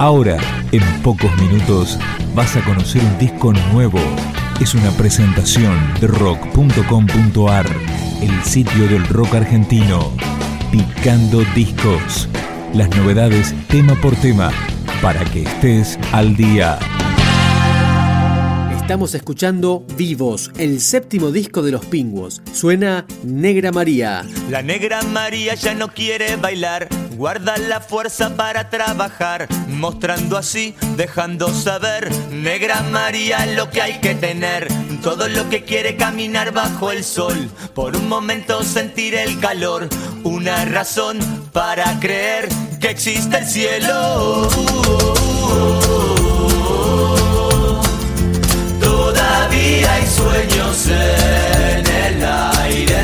Ahora, en pocos minutos, vas a conocer un disco nuevo. Es una presentación de rock.com.ar, el sitio del rock argentino. Picando discos. Las novedades tema por tema, para que estés al día. Estamos escuchando Vivos, el séptimo disco de Los Pingüos. Suena Negra María. La Negra María ya no quiere bailar, guarda la fuerza para trabajar, mostrando así, dejando saber. Negra María lo que hay que tener, todo lo que quiere caminar bajo el sol, por un momento sentir el calor, una razón para creer que existe el cielo. Todavía hay sueños en el aire.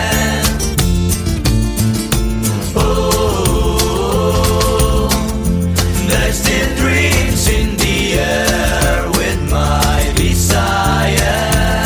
Oh, there's still dreams in the air with my desire.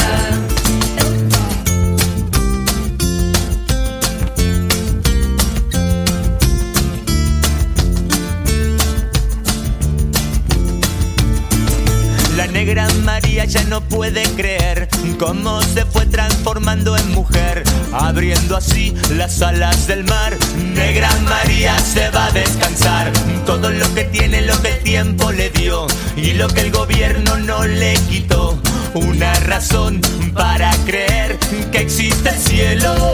La Negra María ya no puede creer cómo se fue transformando en mujer, abriendo así las alas del mar. Negra María se va a descansar, todo lo que tiene, lo que el tiempo le dio y lo que el gobierno no le quitó, una razón para creer que existe el cielo.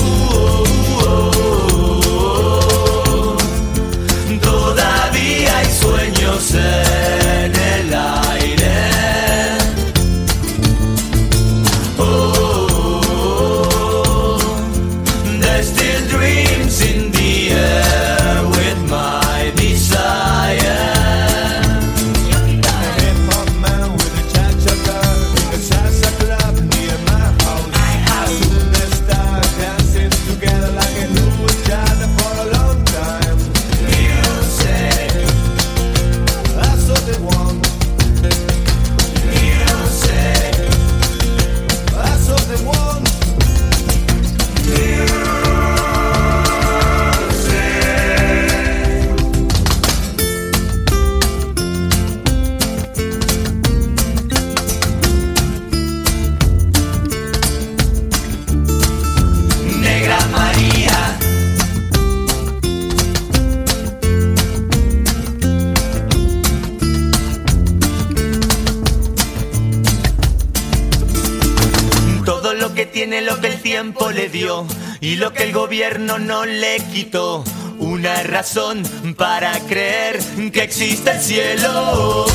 Todavía hay sueños en el aire. Oh, there's still dreams in the air with my desire. Hip-hop man with a cha-cha girl in the salsa club near my house. Soon they start dancing together like they knew each other for a long time. Music, that's what they want. Music, that's what they want. Negra María. Todo lo que tiene, lo que el tiempo le dio y lo que el gobierno no le quitó, una razón para creer que existe el cielo.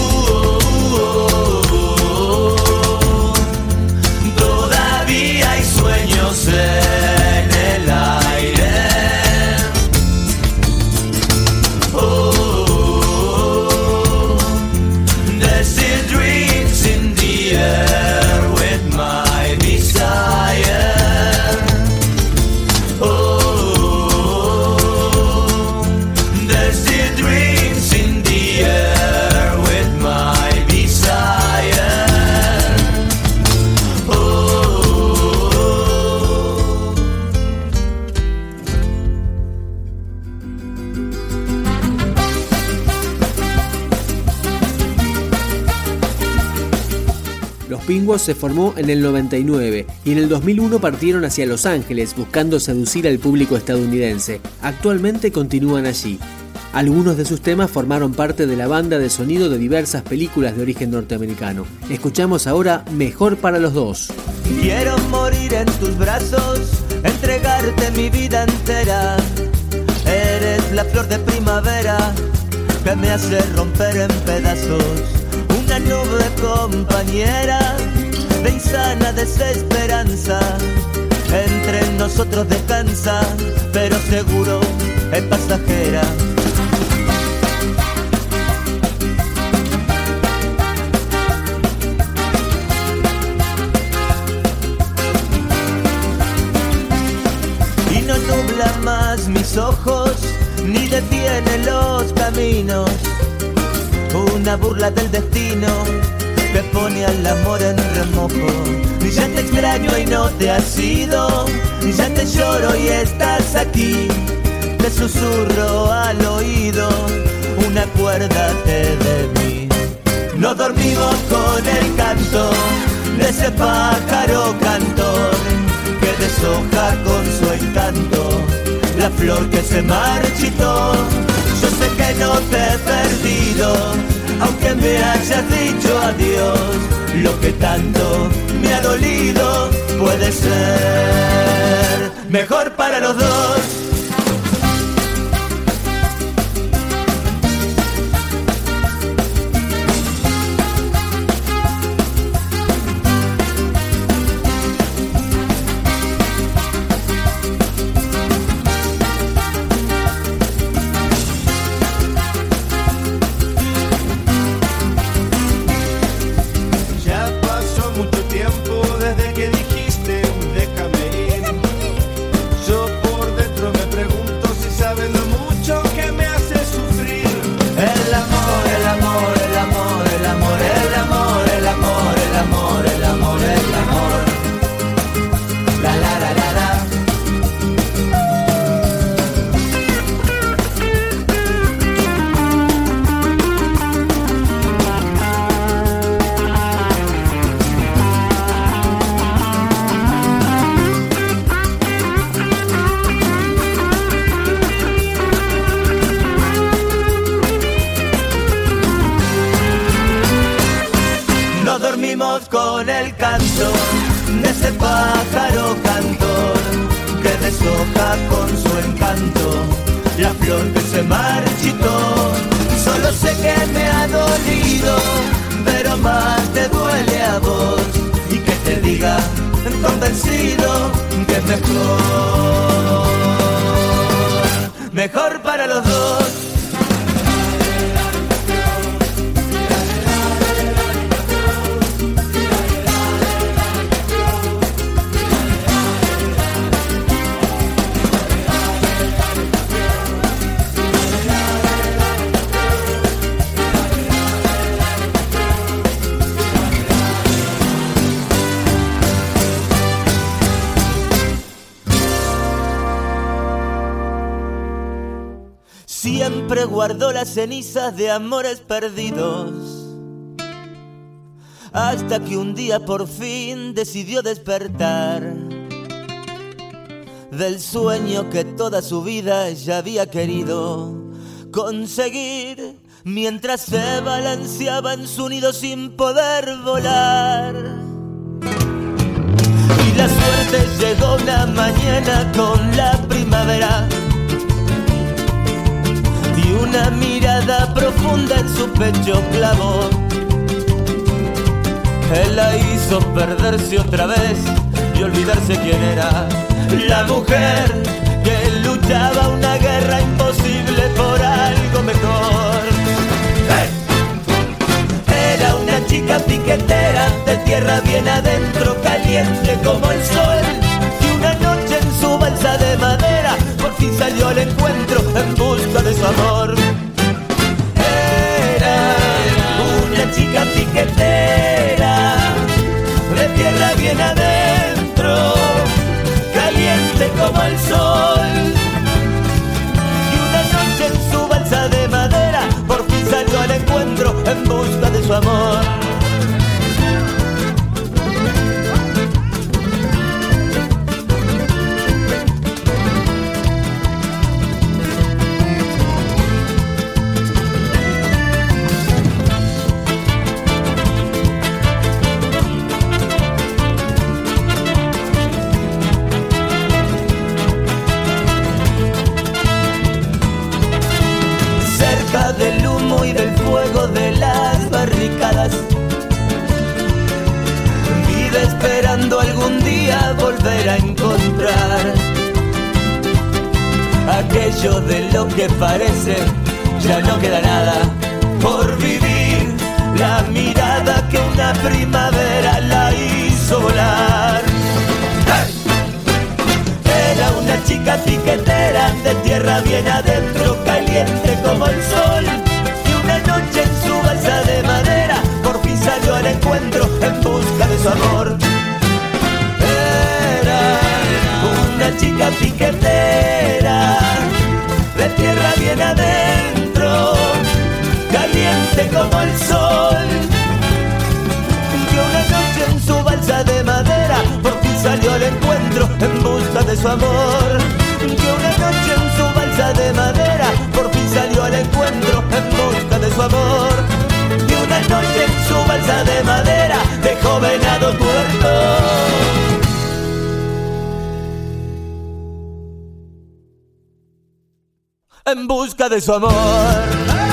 Todavía hay sueños en el aire. Oh, there's still dreams in the air with my desire. Oh, there's still dreams in the air with my desire. Oh. Los Pingüos se formó en el 99 y en el 2001 partieron hacia Los Ángeles buscando seducir al público estadounidense. Actualmente continúan allí. Algunos de sus temas formaron parte de la banda de sonido de diversas películas de origen norteamericano. Escuchamos ahora Mejor para los dos. Quiero morir en tus brazos, entregarte mi vida entera. Eres la flor de primavera que me hace romper en pedazos. Una nube compañera de insana desesperanza. Entre nosotros descansa, pero seguro es pasajera. Y no nubla más mis ojos, ni detiene los caminos. Una burla del destino que pone al amor en remojo. Y ya te extraño y no te has ido, y ya te lloro y estás aquí. Te susurro al oído, una cuerda te Nos dormimos con el canto de ese pájaro cantor que deshoja con su encanto la flor que se marchitó. Yo sé que no te he perdido, aunque me hayas dicho adiós. Lo que tanto me ha dolido puede ser mejor para los dos. Con el canto de ese pájaro cantor que deshoja con su encanto la flor que se marchitó. Solo sé que me ha dolido, pero más te duele a vos, y que te diga convencido que es mejor para los dos. Siempre guardó las cenizas de amores perdidos, hasta que un día por fin decidió despertar del sueño que toda su vida ella había querido conseguir, mientras se balanceaba en su nido sin poder volar. Y la suerte llegó una mañana con la primavera, y una mirada profunda en su pecho clavó. Él la hizo perderse otra vez y olvidarse quién era. La mujer que luchaba una guerra imposible por algo mejor. ¡Hey! Era una chica piquetera de tierra bien adentro, caliente como el sol. Y una noche en su balsa de madera por fin salió al encuentro en busca de su amor. Era una chica piquetera de tierra bien adentro, caliente como el sol. Y una noche en su balsa de madera por fin salió al encuentro en busca de su amor. Del humo y del fuego de las barricadas, vive esperando algún día volver a encontrar aquello de lo que parece ya no queda nada por vivir, la mirada que una primavera la hizo volar. Era una chica piquetera de tierra bien adentro, caliente como el sol. Y una noche en su balsa de madera por fin salió al encuentro en busca de su amor. Era una chica piquetera de tierra bien adentro, caliente como el sol. al encuentro en busca de su amor. Que una noche en su balsa de madera por fin salió al encuentro en busca de su amor. Que una noche en su balsa de madera dejó venado tuerto en busca de su amor.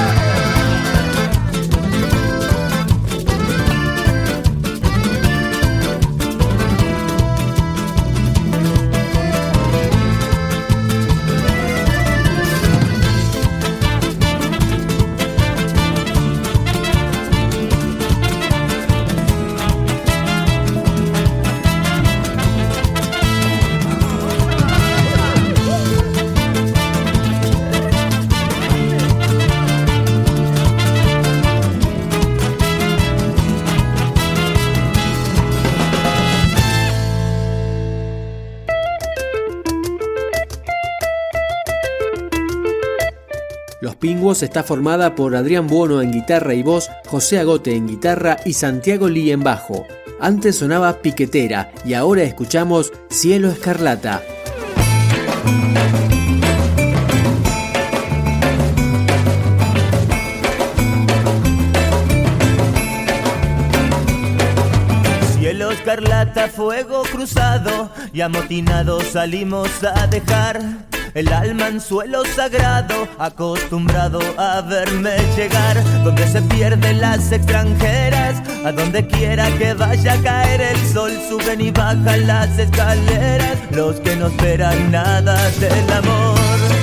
Los Pinguos está formada por Adrián Buono en guitarra y voz, José Agote en guitarra y Santiago Lee en bajo. Antes sonaba Piquetera y ahora escuchamos Cielo Escarlata. Cielo escarlata, fuego cruzado y amotinados salimos a dejar el alma en suelo sagrado, acostumbrado a verme llegar, donde se pierden las extranjeras, a donde quiera que vaya a caer el sol, suben y bajan las escaleras, los que no esperan nada del amor.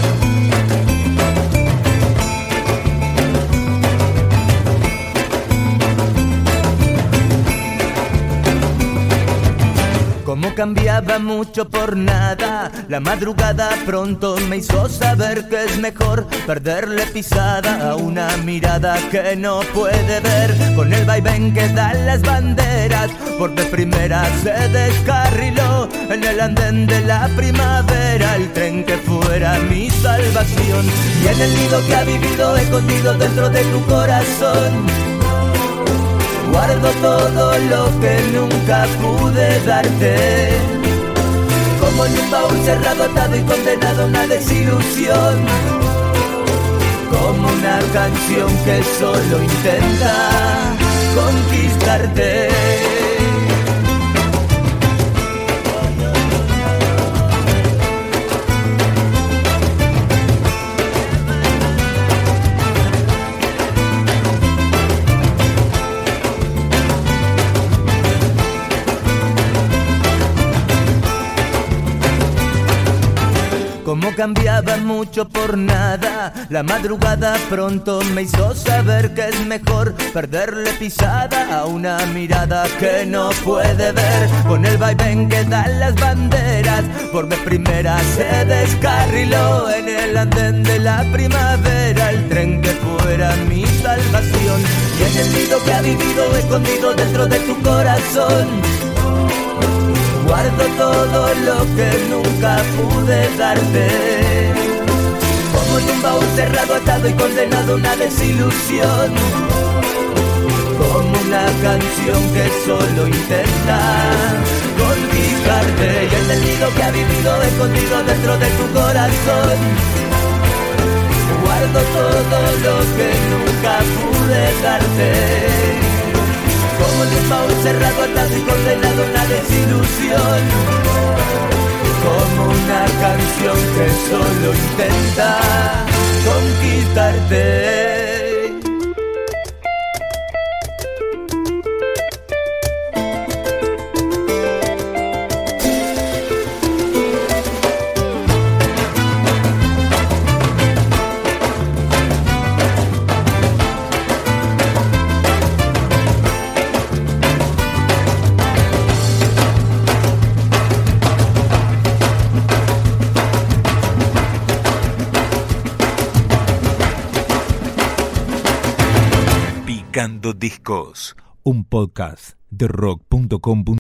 Cómo cambiaba mucho por nada, la madrugada pronto me hizo saber que es mejor perderle pisada a una mirada que no puede ver. Con el vaivén que dan las banderas, por vez primera se descarriló en el andén de la primavera el tren que fuera mi salvación. Y en el nido que ha vivido escondido dentro de tu corazón, guardo todo lo que nunca pude darte, como en un baúl cerrado, atado y condenado a una desilusión, como una canción que solo intenta conquistarte. Cómo cambiaba mucho por nada, la madrugada pronto me hizo saber que es mejor perderle pisada a una mirada que no puede ver. Con el vaivén que dan las banderas, por vez primera se descarriló en el andén de la primavera el tren que fuera mi salvación. Y en el nido que ha vivido escondido dentro de tu corazón, guardo todo lo que nunca pude darte, como en un baúl cerrado, atado y condenado a una desilusión, como una canción que solo intenta conquistarte. Y en el nido que ha vivido escondido dentro de tu corazón, guardo todo lo que nunca pude darte, como en un baúl cerrado, atado y condenado a una desilusión, como una canción que solo intenta conquistarte. Picando Discos, un podcast de rock.com.ar.